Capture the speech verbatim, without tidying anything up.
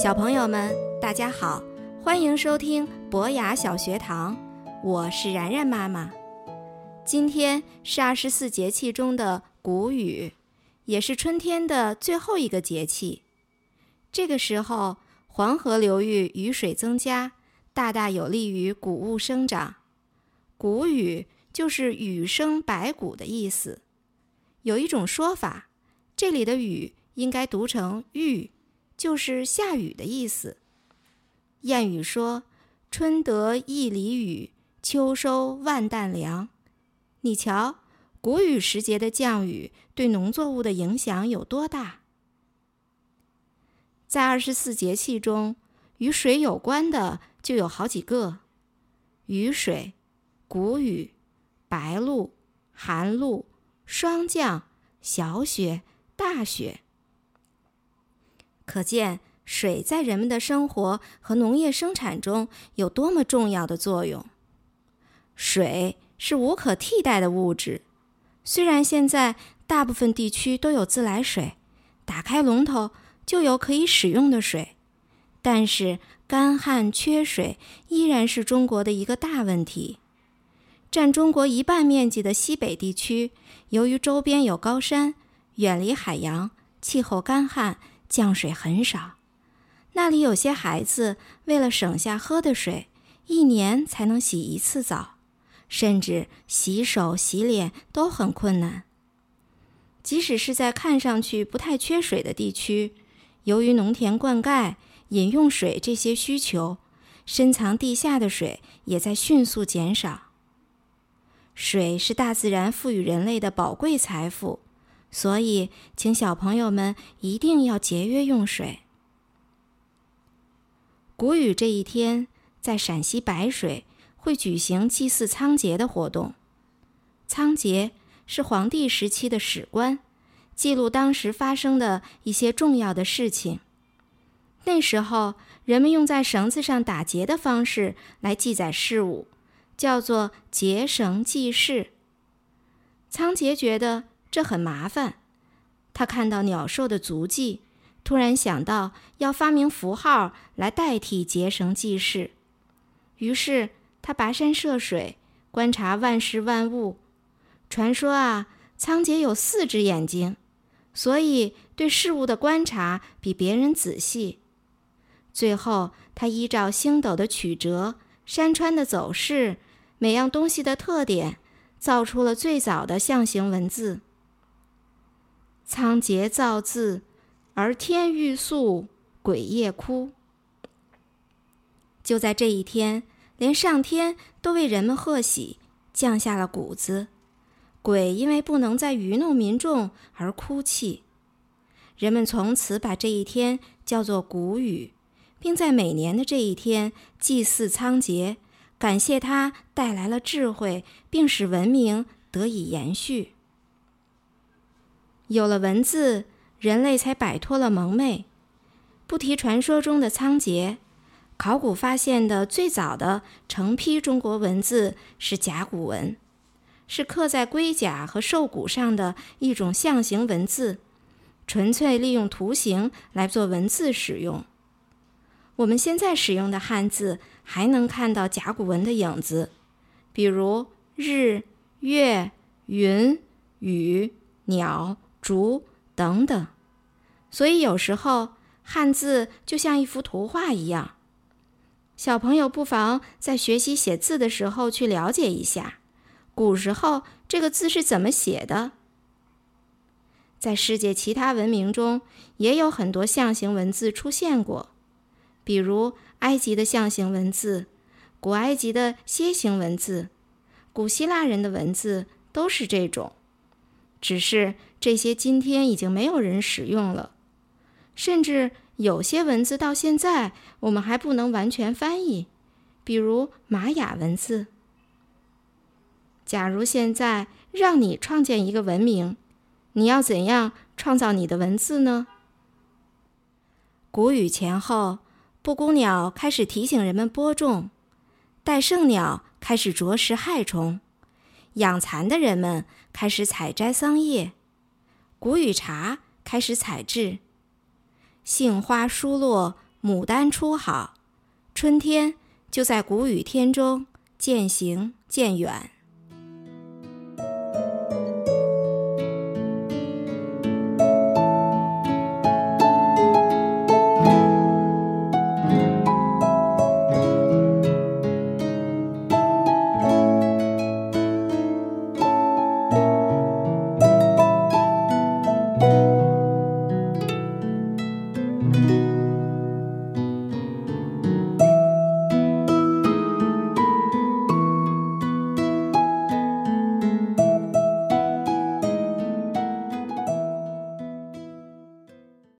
小朋友们，大家好，欢迎收听博雅小学堂，我是然然妈妈。今天是二十四节气中的谷雨，也是春天的最后一个节气。这个时候，黄河流域雨水增加，大大有利于谷物生长。谷雨就是雨生百谷的意思。有一种说法，这里的雨应该读成雨，就是下雨的意思。谚语说，春得一厘雨，秋收万担粮。你瞧，谷雨时节的降雨对农作物的影响有多大？在二十四节气中，与水有关的就有好几个：雨水、谷雨、白露、寒露、霜降、小雪、大雪。可见水在人们的生活和农业生产中有多么重要的作用。水是无可替代的物质，虽然现在大部分地区都有自来水，打开龙头就有可以使用的水，但是干旱缺水依然是中国的一个大问题。占中国一半面积的西北地区，由于周边有高山，远离海洋，气候干旱，降水很少。那里有些孩子为了省下喝的水，一年才能洗一次澡，甚至洗手洗脸都很困难。即使是在看上去不太缺水的地区，由于农田灌溉、饮用水这些需求，深藏地下的水也在迅速减少。水是大自然赋予人类的宝贵财富，所以请小朋友们一定要节约用水。谷雨这一天，在陕西白水会举行祭祀仓颉的活动。仓颉是黄帝时期的史官，记录当时发生的一些重要的事情。那时候，人们用在绳子上打结的方式来记载事物，叫做结绳记事。仓颉觉得这很麻烦，他看到鸟兽的足迹，突然想到要发明符号来代替结绳记事。于是他跋山涉水，观察万事万物。传说啊，仓颉有四只眼睛，所以对事物的观察比别人仔细。最后，他依照星斗的曲折、山川的走势、每样东西的特点，造出了最早的象形文字。仓颉造字，而天欲肃，鬼夜哭。就在这一天，连上天都为人们贺喜，降下了谷子。鬼因为不能再愚弄民众而哭泣。人们从此把这一天叫做谷雨，并在每年的这一天祭祀仓颉，感谢他带来了智慧，并使文明得以延续。有了文字，人类才摆脱了蒙昧。不提传说中的仓颉，考古发现的最早的成批中国文字是甲骨文，是刻在龟甲和兽骨上的一种象形文字，纯粹利用图形来做文字使用。我们现在使用的汉字还能看到甲骨文的影子，比如日、月、云、雨、鸟、竹等等。所以有时候汉字就像一幅图画一样。小朋友不妨在学习写字的时候去了解一下，古时候这个字是怎么写的。在世界其他文明中，也有很多象形文字出现过，比如埃及的象形文字、古埃及的楔形文字、古希腊人的文字都是这种。只是这些今天已经没有人使用了，甚至有些文字到现在我们还不能完全翻译，比如玛雅文字。假如现在让你创建一个文明，你要怎样创造你的文字呢？谷雨前后，布谷鸟开始提醒人们播种，戴胜鸟开始啄食害虫，养蚕的人们开始采摘桑叶，谷雨茶开始采制，杏花疏落， 牡丹初好，春天就在谷雨天中渐行渐远。